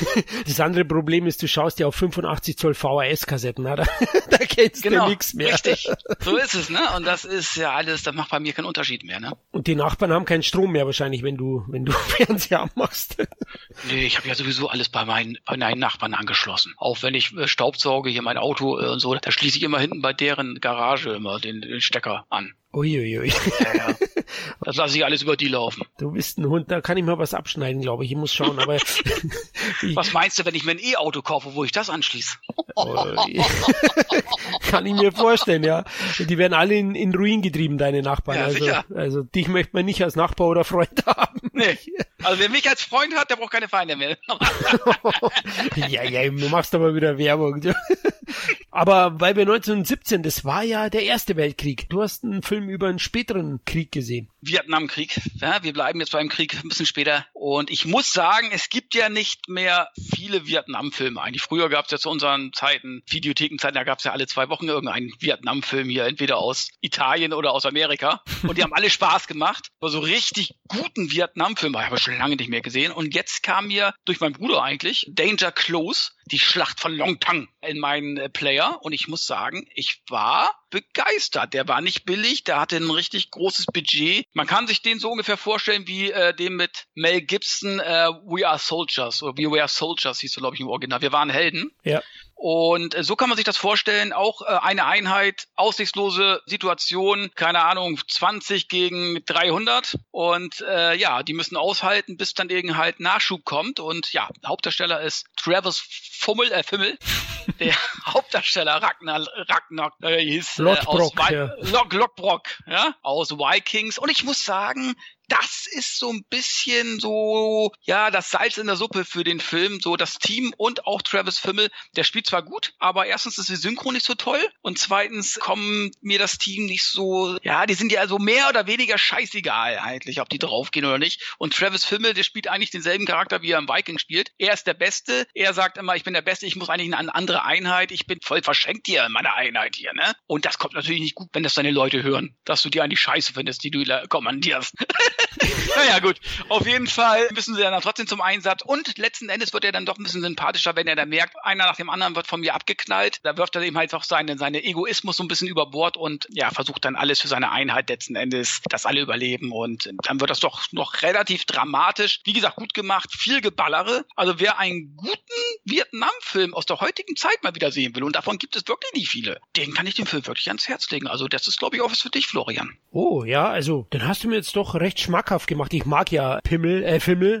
Das andere Problem ist, du schaust ja auf 85 Zoll VHS-Kassetten, ne? Da kennst du nichts mehr. Richtig, so ist es, ne? Und das ist ja alles, das macht bei mir keinen Unterschied mehr, ne? Und die Nachbarn haben keinen Strom mehr wahrscheinlich, wenn du Fernseher anmachst. Nee, ich habe ja sowieso alles bei meinen Nachbarn angeschlossen. Auch wenn ich Staubsauge, hier mein Auto und so, da schließe ich immer hinten bei deren Garage immer den Stecker an. Uiuiui. Ja. Das lasse ich alles über die laufen. Du bist ein Hund, da kann ich mal was abschneiden, glaube ich. Ich muss schauen, aber... Was meinst du, wenn ich mir ein E-Auto kaufe, wo ich das anschließe? Kann ich mir vorstellen, ja. Die werden alle in Ruin getrieben, deine Nachbarn. Ja, also dich möchte man nicht als Nachbar oder Freund haben. Nee. Also wer mich als Freund hat, der braucht keine Feinde mehr. Ja, du machst aber wieder Werbung. Aber weil wir 1917, das war ja der Erste Weltkrieg. Du hast einen Film über einen späteren Krieg gesehen. Vietnamkrieg. Ja, wir bleiben jetzt beim Krieg ein bisschen später. Und ich muss sagen, es gibt ja nicht mehr viele Vietnam-Filme eigentlich. Früher gab es ja zu unseren Zeiten, Videothekenzeiten, da gab es ja alle 2 Wochen irgendeinen Vietnam-Film hier, entweder aus Italien oder aus Amerika. Und die haben alle Spaß gemacht. Aber so richtig guten Vietnam-Film habe ich schon lange nicht mehr gesehen. Und jetzt kam mir durch meinen Bruder eigentlich Danger Close, die Schlacht von Long Tang, in meinen Player. Und ich muss sagen, ich war begeistert. Der war nicht billig, der hatte ein richtig großes Budget. Man kann sich den so ungefähr vorstellen wie den mit Mel Gibson, We Are Soldiers, oder We Were Soldiers hieß er, glaube ich, im Original. Wir waren Helden. Ja. Und so kann man sich das vorstellen, auch eine Einheit, aussichtslose Situation, keine Ahnung, 20 gegen 300 und die müssen aushalten, bis dann eben halt Nachschub kommt und ja, Hauptdarsteller ist Travis Fimmel, der Hauptdarsteller Ragnar hieß Lothbrok, ja, aus Vikings und ich muss sagen, das ist so ein bisschen so, ja, das Salz in der Suppe für den Film, so das Team und auch Travis Fimmel, der spielt zwar gut, aber erstens ist die Synchro nicht so toll und zweitens kommen mir das Team nicht so, ja, die sind ja also mehr oder weniger scheißegal eigentlich, ob die draufgehen oder nicht und Travis Fimmel, der spielt eigentlich denselben Charakter, wie er im Viking spielt. Er ist der Beste, er sagt immer, ich bin der Beste, ich muss eigentlich in eine andere Einheit, ich bin voll verschenkt hier in meiner Einheit hier, ne? Und das kommt natürlich nicht gut, wenn das deine Leute hören, dass du die eigentlich scheiße findest, die du kommandierst. Naja, gut. Auf jeden Fall müssen sie dann trotzdem zum Einsatz. Und letzten Endes wird er dann doch ein bisschen sympathischer, wenn er dann merkt, einer nach dem anderen wird von mir abgeknallt. Da wirft er eben halt auch seine Egoismus so ein bisschen über Bord und ja, versucht dann alles für seine Einheit letzten Endes, dass alle überleben. Und dann wird das doch noch relativ dramatisch. Wie gesagt, gut gemacht, viel Geballere. Also wer einen guten Vietnam-Film aus der heutigen Zeit mal wieder sehen will, und davon gibt es wirklich nicht viele, den kann ich dem Film wirklich ans Herz legen. Also das ist, glaube ich, auch was für dich, Florian. Oh, ja, also, dann hast du mir jetzt doch recht schmackhaft gemacht. Ich mag ja Fimmel.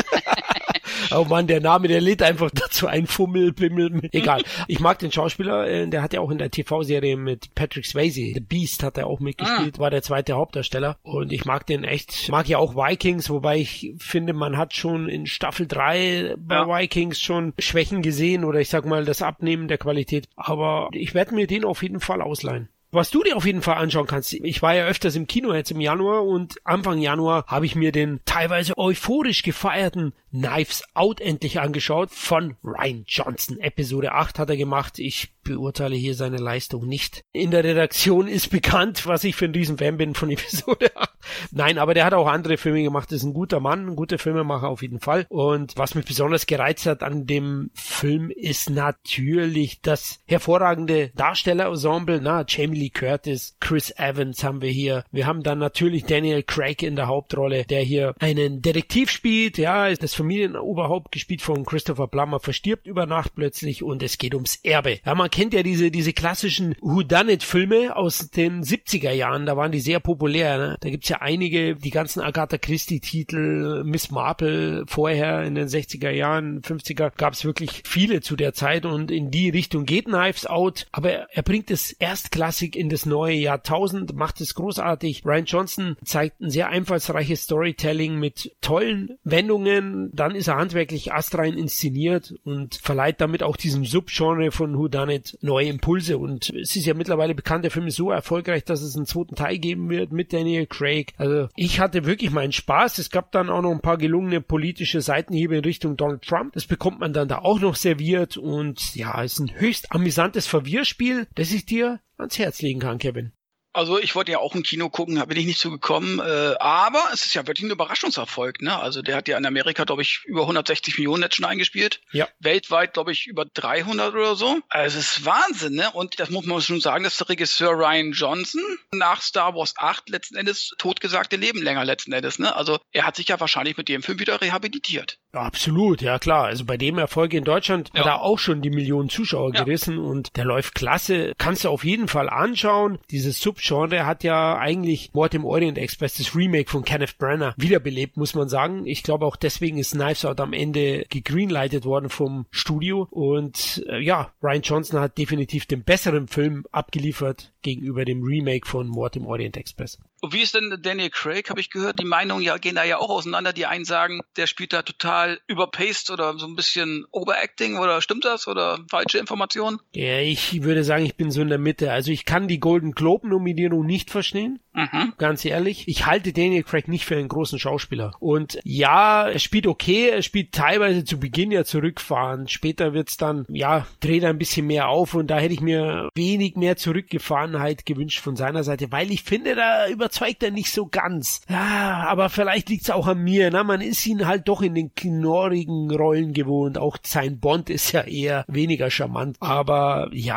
Oh Mann, der Name, der lädt einfach dazu ein, Pimmel. Egal. Ich mag den Schauspieler, der hat ja auch in der TV-Serie mit Patrick Swayze, The Beast hat er auch mitgespielt, war der zweite Hauptdarsteller und ich mag den echt. Ich mag ja auch Vikings, wobei ich finde, man hat schon in Staffel 3 bei Vikings schon Schwächen gesehen oder ich sag mal das Abnehmen der Qualität, aber ich werde mir den auf jeden Fall ausleihen. Was du dir auf jeden Fall anschauen kannst, ich war ja öfters im Kino jetzt im Januar und Anfang Januar habe ich mir den teilweise euphorisch gefeierten Knives Out endlich angeschaut von Rian Johnson. Episode 8 hat er gemacht. Ich beurteile hier seine Leistung nicht. In der Redaktion ist bekannt, was ich für ein Riesenfan bin von Episode 8. Nein, aber der hat auch andere Filme gemacht. Das ist ein guter Mann, ein guter Filmemacher auf jeden Fall. Und was mich besonders gereizt hat an dem Film ist natürlich das hervorragende Darstellerensemble. Jamie Lee Curtis, Chris Evans haben wir hier. Wir haben dann natürlich Daniel Craig in der Hauptrolle, der hier einen Detektiv spielt. Ja, ist das Familienoberhaupt gespielt von Christopher Plummer, verstirbt über Nacht plötzlich und es geht ums Erbe. Ja, man kennt ja diese klassischen Whodunit-Filme aus den 70er Jahren, da waren die sehr populär. Ne? Da gibt's ja einige, die ganzen Agatha Christie-Titel, Miss Marple vorher in den 60er Jahren, 50er, gab's wirklich viele zu der Zeit und in die Richtung geht Knives Out, aber er bringt es erstklassig in das neue Jahrtausend, macht es großartig. Rian Johnson zeigt ein sehr einfallsreiches Storytelling mit tollen Wendungen, dann ist er handwerklich astrein inszeniert und verleiht damit auch diesem Subgenre von Whodunit neue Impulse und es ist ja mittlerweile bekannt, der Film ist so erfolgreich, dass es einen zweiten Teil geben wird mit Daniel Craig. Also ich hatte wirklich meinen Spaß. Es gab dann auch noch ein paar gelungene politische Seitenhiebe in Richtung Donald Trump. Das bekommt man dann da auch noch serviert und ja, es ist ein höchst amüsantes Verwirrspiel, das ich dir ans Herz legen kann, Kevin. Also ich wollte ja auch im Kino gucken, da bin ich nicht zugekommen, aber es ist ja wirklich ein Überraschungserfolg, ne? Also der hat ja in Amerika, glaube ich, über 160 Millionen jetzt schon eingespielt. Ja. Weltweit, glaube ich, über 300 oder so. Also es ist Wahnsinn, ne? Und das muss man schon sagen, dass der Regisseur Rian Johnson nach Star Wars 8 letzten Endes totgesagte Leben länger letzten Endes, ne? Also er hat sich ja wahrscheinlich mit dem Film wieder rehabilitiert. Ja, absolut, ja klar. Also bei dem Erfolg in Deutschland hat er auch schon die Millionen Zuschauer gerissen und der läuft klasse. Kannst du auf jeden Fall anschauen. Dieses Subgenre hat ja eigentlich Mord im Orient Express, das Remake von Kenneth Branagh, wiederbelebt, muss man sagen. Ich glaube auch deswegen ist Knives Out am Ende gegreenlightet worden vom Studio und Rian Johnson hat definitiv den besseren Film abgeliefert gegenüber dem Remake von Mord im Orient Express. Und wie ist denn Daniel Craig, habe ich gehört? Die Meinungen gehen da ja auch auseinander. Die einen sagen, der spielt da total überpaced oder so ein bisschen Overacting oder stimmt das oder falsche Informationen? Ja, ich würde sagen, ich bin so in der Mitte. Also ich kann die Golden Globe-Nominierung nicht verstehen. Ganz ehrlich. Ich halte Daniel Craig nicht für einen großen Schauspieler. Und ja, er spielt okay, er spielt teilweise zu Beginn ja zurückfahren. Später wird's dann, dreht er ein bisschen mehr auf und da hätte ich mir wenig mehr Zurückgefahrenheit gewünscht von seiner Seite, weil ich finde, da überzeugt er nicht so ganz. Ja, aber vielleicht liegt's auch an mir, ne? Man ist ihn halt doch in den knorrigen Rollen gewohnt. Auch sein Bond ist ja eher weniger charmant. Aber ja,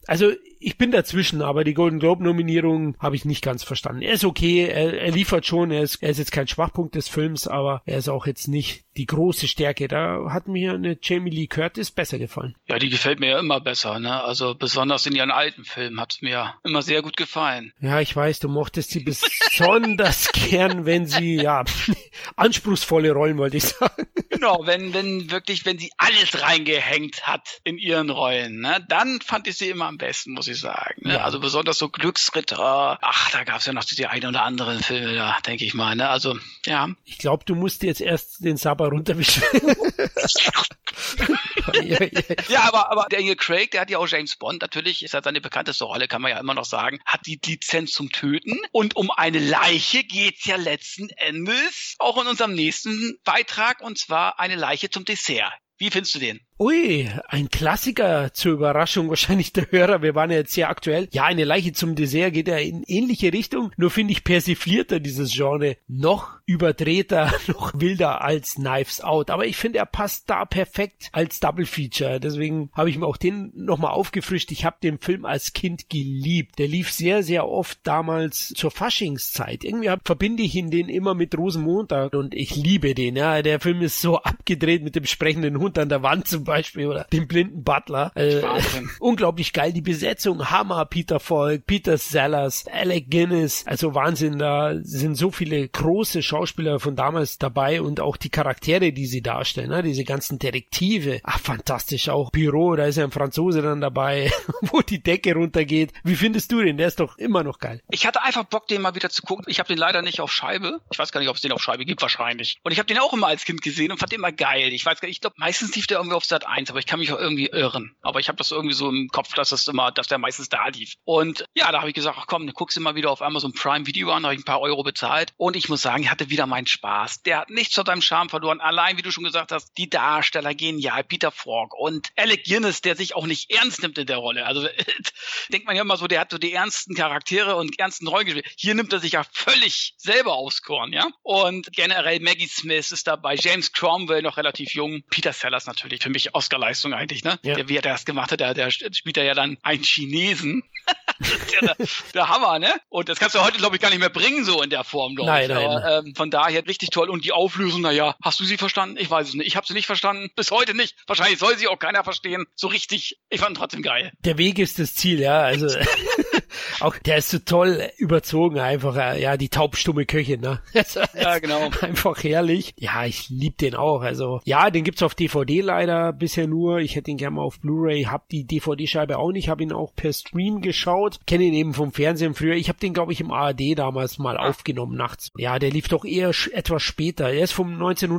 Also ich bin dazwischen, aber die Golden Globe-Nominierung habe ich nicht ganz verstanden. Er ist okay, er liefert schon, er ist jetzt kein Schwachpunkt des Films, aber er ist auch jetzt nicht die große Stärke. Da hat mir eine Jamie Lee Curtis besser gefallen. Ja, die gefällt mir ja immer besser, ne? Also besonders in ihren alten Filmen hat es mir immer sehr gut gefallen. Ja, ich weiß, du mochtest sie besonders gern, wenn sie, ja, anspruchsvolle Rollen, wollte ich sagen. Genau, wenn sie alles reingehängt hat in ihren Rollen, ne? Dann fand ich sie immer am besten, muss ich sagen. Ne? Ja. Also besonders so Glücksritter. Ach, da gab es ja noch die ein oder anderen Filme da, denke ich mal. Ne? Also, ja. Ich glaube, du musst jetzt erst den Sabber runterwischen. Ja, aber Daniel Craig, der hat ja auch James Bond, natürlich ist er seine bekannteste Rolle, kann man ja immer noch sagen, hat die Lizenz zum Töten. Und um eine Leiche geht's ja letzten Endes auch in unserem nächsten Beitrag, und zwar eine Leiche zum Dessert. Wie findest du den? Ui, ein Klassiker zur Überraschung wahrscheinlich der Hörer. Wir waren ja jetzt sehr aktuell. Ja, eine Leiche zum Dessert geht ja in ähnliche Richtung. Nur finde ich persiflierter dieses Genre. Noch überdrehter, noch wilder als Knives Out. Aber ich finde, er passt da perfekt als Double Feature. Deswegen habe ich mir auch den nochmal aufgefrischt. Ich habe den Film als Kind geliebt. Der lief sehr, sehr oft damals zur Faschingszeit. Irgendwie verbinde ich ihn den immer mit Rosenmontag und ich liebe den. Ja, der Film ist so abgedreht mit dem sprechenden Hund an der Wand zum Beispiel oder dem blinden Butler. Unglaublich geil, die Besetzung, Hammer, Peter Falk, Peter Sellers, Alec Guinness, also Wahnsinn, da sind so viele große Schauspieler von damals dabei und auch die Charaktere, die sie darstellen, ne? Diese ganzen Detektive, fantastisch, auch Poirot, da ist ja ein Franzose dann dabei, wo die Decke runtergeht. Wie findest du den? Der ist doch immer noch geil. Ich hatte einfach Bock, den mal wieder zu gucken. Ich habe den leider nicht auf Scheibe. Ich weiß gar nicht, ob es den auf Scheibe gibt, wahrscheinlich. Und ich habe den auch immer als Kind gesehen und fand den immer geil. Ich weiß gar nicht, ich glaube, meistens lief der irgendwie auf Sat 1, aber ich kann mich auch irgendwie irren. Aber ich habe das irgendwie so im Kopf, dass der meistens da lief. Und ja, da habe ich gesagt, ach komm, du guckst immer wieder auf Amazon Prime Video an, da habe ich ein paar Euro bezahlt. Und ich muss sagen, ich hatte wieder meinen Spaß. Der hat nichts von seinem Charme verloren. Allein, wie du schon gesagt hast, die Darsteller genial, Peter Falk und Alec Guinness, der sich auch nicht ernst nimmt in der Rolle. Also denkt man ja immer so, der hat so die ernsten Charaktere und ernsten Rollen gespielt. Hier nimmt er sich ja völlig selber aufs Korn, ja. Und generell Maggie Smith ist dabei, James Cromwell noch relativ jung, Peter Sellers natürlich, für mich Oscar-Leistung eigentlich, ne? Ja. Wie er das gemacht hat, der spielt ja dann einen Chinesen. der Hammer, ne? Und das kannst du heute, glaube ich, gar nicht mehr bringen, so in der Form, glaube ich. Nein. Von daher richtig toll. Und die Auflösung, naja, hast du sie verstanden? Ich weiß es nicht. Ich habe sie nicht verstanden. Bis heute nicht. Wahrscheinlich soll sie auch keiner verstehen. So richtig. Ich fand ihn trotzdem geil. Der Weg ist das Ziel, ja. Also auch der ist so toll überzogen einfach. Ja, die taubstumme Köchin, ne? Ja, genau. Einfach herrlich. Ja, ich lieb den auch. Also ja, den gibt's auf DVD leider bisher nur. Ich hätte ihn gerne mal auf Blu-ray. Hab die DVD-Scheibe auch nicht. Hab ihn auch per Stream geschaut. Kenne ihn eben vom Fernsehen früher. Ich habe den, glaube ich, im ARD damals mal aufgenommen nachts. Ja, der lief doch eher etwas später. Er ist vom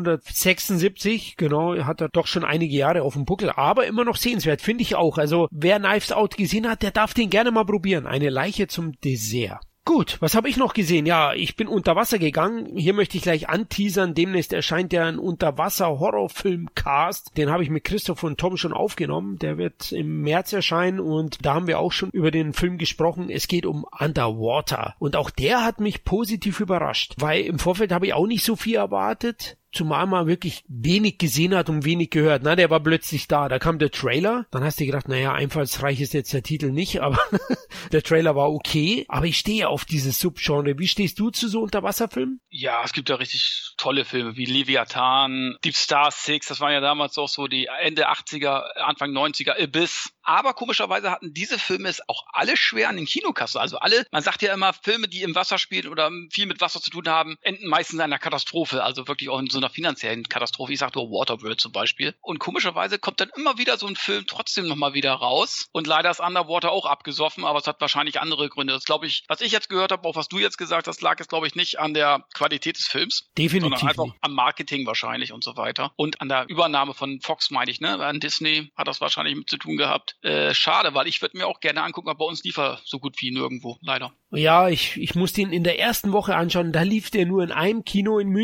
1976, genau, hat er doch schon einige Jahre auf dem Buckel, aber immer noch sehenswert, finde ich auch. Also wer Knives Out gesehen hat, der darf den gerne mal probieren. Eine Leiche zum Dessert. Gut, was habe ich noch gesehen? Ja, ich bin unter Wasser gegangen. Hier möchte ich gleich anteasern. Demnächst erscheint ja ein Unterwasser-Horrorfilm-Cast. Den habe ich mit Christoph und Tom schon aufgenommen. Der wird im März erscheinen und da haben wir auch schon über den Film gesprochen. Es geht um Underwater. Und auch der hat mich positiv überrascht, weil im Vorfeld habe ich auch nicht so viel erwartet. Zumal man wirklich wenig gesehen hat und wenig gehört. Na, der war plötzlich da. Da kam der Trailer. Dann hast du gedacht, naja, einfallsreich ist jetzt der Titel nicht, aber der Trailer war okay. Aber ich stehe auf dieses Subgenre. Wie stehst du zu so Unterwasserfilmen? Ja, es gibt ja richtig tolle Filme wie Leviathan, Deep Star Six. Das waren ja damals auch so die Ende 80er, Anfang 90er, Abyss. Aber komischerweise hatten diese Filme es auch alle schwer an den Kinokassen. Also alle, man sagt ja immer, Filme, die im Wasser spielen oder viel mit Wasser zu tun haben, enden meistens in einer Katastrophe. Also wirklich auch in so einer finanziellen Katastrophe. Ich sag nur Waterworld zum Beispiel. Und komischerweise kommt dann immer wieder so ein Film trotzdem nochmal wieder raus. Und leider ist Underwater auch abgesoffen, aber es hat wahrscheinlich andere Gründe. Das glaube ich, was ich jetzt gehört habe, auch was du jetzt gesagt hast, lag es glaube ich nicht an der Qualität des Films. Definitiv. Sondern einfach am Marketing wahrscheinlich und so weiter. Und an der Übernahme von Fox, meine ich, ne? An Disney hat das wahrscheinlich mit zu tun gehabt. Schade, weil ich würde mir auch gerne angucken, aber bei uns lief er so gut wie nirgendwo, leider. Ja, ich musste ihn in der ersten Woche anschauen. Da lief der nur in einem Kino in München.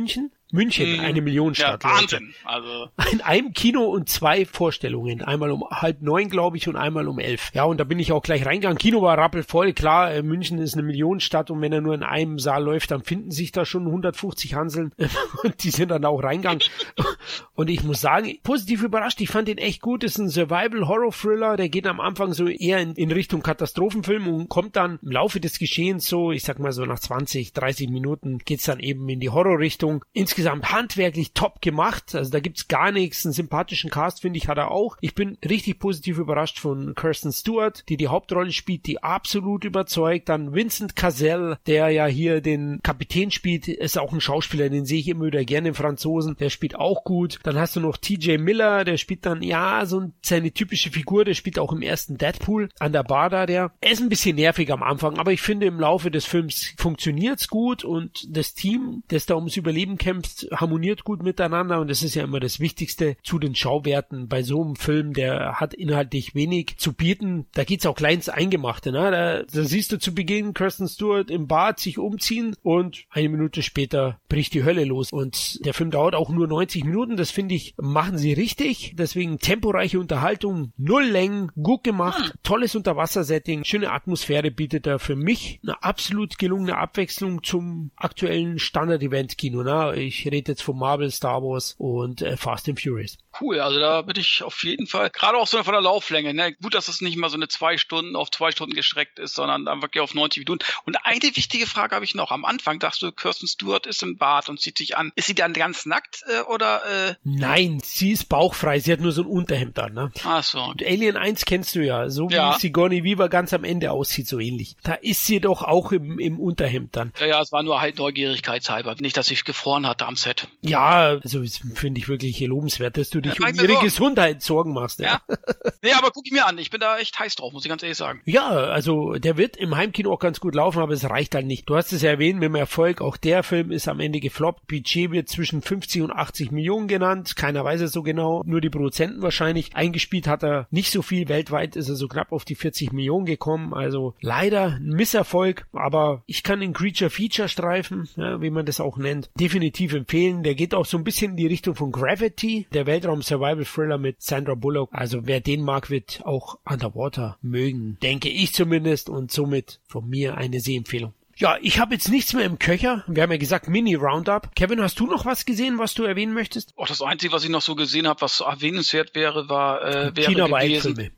München, 1 Million Stadt. Ja, Wahnsinn. Also. In einem Kino und 2 Vorstellungen. Einmal um 8:30, glaube ich, und einmal um 11. Ja, und da bin ich auch gleich reingegangen. Kino war rappelvoll. Klar, München ist 1 Million Stadt und wenn er nur in einem Saal läuft, dann finden sich da schon 150 Hanseln. Und die sind dann auch reingegangen. Und ich muss sagen, positiv überrascht. Ich fand den echt gut. Das ist ein Survival-Horror-Thriller. Der geht am Anfang so eher in Richtung Katastrophenfilm und kommt dann im Laufe des Geschehens so, ich sag mal so nach 20, 30 Minuten geht's dann eben in die Horrorrichtung. Insgesamt handwerklich top gemacht. Also da gibt's gar nichts. Einen sympathischen Cast, finde ich, hat er auch. Ich bin richtig positiv überrascht von Kirsten Stewart, die Hauptrolle spielt, die absolut überzeugt. Dann Vincent Cassel, der ja hier den Kapitän spielt, ist auch ein Schauspieler, den sehe ich immer wieder gerne, den Franzosen. Der spielt auch gut. Dann hast du noch TJ Miller, der spielt dann, ja, so seine typische Figur, der spielt auch im ersten Deadpool an der Bar da, er ist ein bisschen nervig am Anfang, aber ich finde, im Laufe des Films funktioniert's gut und das Team, das da ums Überleben kämpft, harmoniert gut miteinander und das ist ja immer das Wichtigste zu den Schauwerten bei so einem Film, der hat inhaltlich wenig zu bieten. Da geht's auch klein ins Eingemachte, ne? Da siehst du zu Beginn Kirsten Stewart im Bad sich umziehen und 1 Minute später bricht die Hölle los und der Film dauert auch nur 90 Minuten, das finde ich, machen sie richtig, deswegen temporeiche Unterhaltung, 0 Längen, gut gemacht, tolles Unterwassersetting, schöne Atmosphäre bietet er für mich, eine absolut gelungene Abwechslung zum aktuellen Standard-Event-Kino, ne? Ich rede jetzt von Marvel, Star Wars und Fast and Furious. Cool, also da bin ich auf jeden Fall, gerade auch so von der Lauflänge, ne? Gut, dass es nicht mal so eine 2 Stunden auf 2 Stunden gestreckt ist, sondern dann wirklich auf 90 Minuten. Und eine wichtige Frage habe ich noch. Am Anfang dachtest du, Kirsten Stewart ist im Bad und zieht sich an. Ist sie dann ganz nackt oder? Nein, sie ist bauchfrei. Sie hat nur so ein Unterhemd an, ne? Ach so. Und Alien 1 kennst du ja. So wie Sigourney Weaver ganz am Ende aussieht, so ähnlich. Da ist sie doch auch im Unterhemd dann. Ja, es war nur halt neugierigkeitshalber. Nicht, dass sie gefroren hatte am Set. Ja, also finde ich wirklich lobenswert, dass du dich um ihre Gesundheit Sorgen machst. Ja. Nee, aber guck ich mir an. Ich bin da echt heiß drauf, muss ich ganz ehrlich sagen. Ja, also der wird im Heimkino auch ganz gut laufen, aber es reicht halt nicht. Du hast es ja erwähnt, mit dem Erfolg. Auch der Film ist am Ende gefloppt. Budget wird zwischen 50 und 80 Millionen genannt. Keiner weiß es so genau. Nur die Produzenten wahrscheinlich. Eingespielt hat er nicht so viel. Weltweit ist er so knapp auf die 40 Millionen gekommen. Also leider ein Misserfolg. Aber ich kann den Creature-Feature-Streifen, ja, wie man das auch nennt, definitiv empfehlen. Der geht auch so ein bisschen in die Richtung von Gravity, der Weltraum-Survival-Thriller mit Sandra Bullock. Also wer den mag, wird auch Underwater mögen. Denke ich zumindest und somit von mir eine Sehempfehlung. Ja, ich habe jetzt nichts mehr im Köcher. Wir haben ja gesagt Mini-Roundup. Kevin, hast du noch was gesehen, was du erwähnen möchtest? Oh, das Einzige, was ich noch so gesehen habe, was erwähnenswert wäre, wäre gewesen.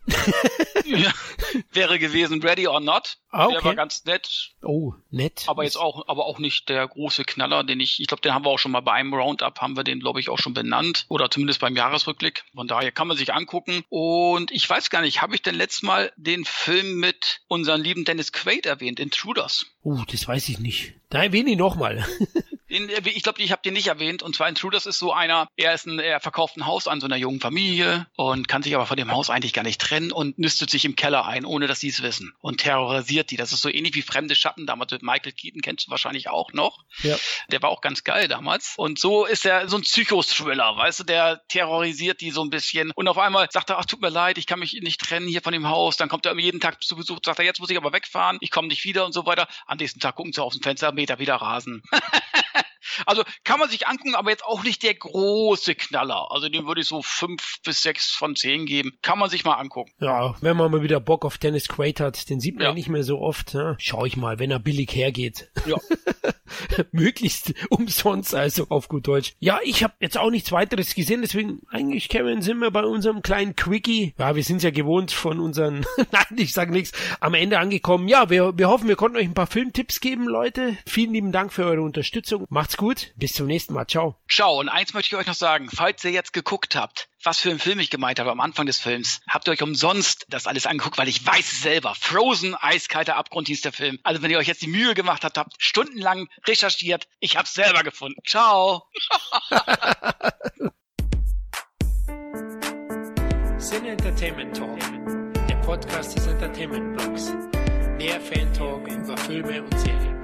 Ja, wäre gewesen Ready or Not. Ah, okay. Der war ganz nett. Oh, nett. Aber auch nicht der große Knaller, ich glaube, den haben wir auch schon mal bei einem Roundup, haben wir den, glaube ich, auch schon benannt. Oder zumindest beim Jahresrückblick. Von daher kann man sich angucken. Und ich weiß gar nicht, habe ich denn letztes Mal den Film mit unserem lieben Dennis Quaid erwähnt, Intruders? Das weiß ich nicht. Da erwähne ich nochmal. Ich glaube, ich habe den nicht erwähnt. Und zwar Intruders ist so einer, er verkauft ein Haus an so einer jungen Familie und kann sich aber von dem Haus eigentlich gar nicht trennen und nistet sich im Keller ein, ohne dass sie es wissen. Und terrorisiert die. Das ist so ähnlich wie Fremde Schatten damals mit Michael Keaton, kennst du wahrscheinlich auch noch. Ja. Der war auch ganz geil damals. Und so ist er so ein Psychothriller, weißt du, der terrorisiert die so ein bisschen. Und auf einmal sagt er, ach, tut mir leid, ich kann mich nicht trennen hier von dem Haus. Dann kommt er jeden Tag zu Besuch, sagt er, jetzt muss ich aber wegfahren, ich komme nicht wieder und so weiter. Am nächsten Tag gucken sie aus dem Fenster, Meter wieder rasen. Also kann man sich angucken, aber jetzt auch nicht der große Knaller. Also dem würde ich so 5 bis 6 von 10 geben. Kann man sich mal angucken. Ja, wenn man mal wieder Bock auf Dennis Quaid hat, den sieht man ja nicht mehr so oft. Ne? Schau ich mal, wenn er billig hergeht. Ja. Möglichst umsonst, also auf gut Deutsch. Ja, ich habe jetzt auch nichts weiteres gesehen, deswegen eigentlich, Kevin, sind wir bei unserem kleinen Quickie. Ja, wir sind ja gewohnt von unseren, nein, ich sage nichts, am Ende angekommen. Ja, wir hoffen, wir konnten euch ein paar Filmtipps geben, Leute. Vielen lieben Dank für eure Unterstützung. Macht's gut, bis zum nächsten Mal. Ciao. Ciao, und eins möchte ich euch noch sagen, falls ihr jetzt geguckt habt, was für einen Film ich gemeint habe am Anfang des Films, habt ihr euch umsonst das alles angeguckt, weil ich weiß es selber. Frozen, eiskalter Abgrund hieß der Film. Also wenn ihr euch jetzt die Mühe gemacht habt, habt stundenlang recherchiert, ich hab's selber gefunden. Ciao. Sin Entertainment Talk, der Podcast des Entertainment Blogs. Mehr Fan Talk über Filme und Serien.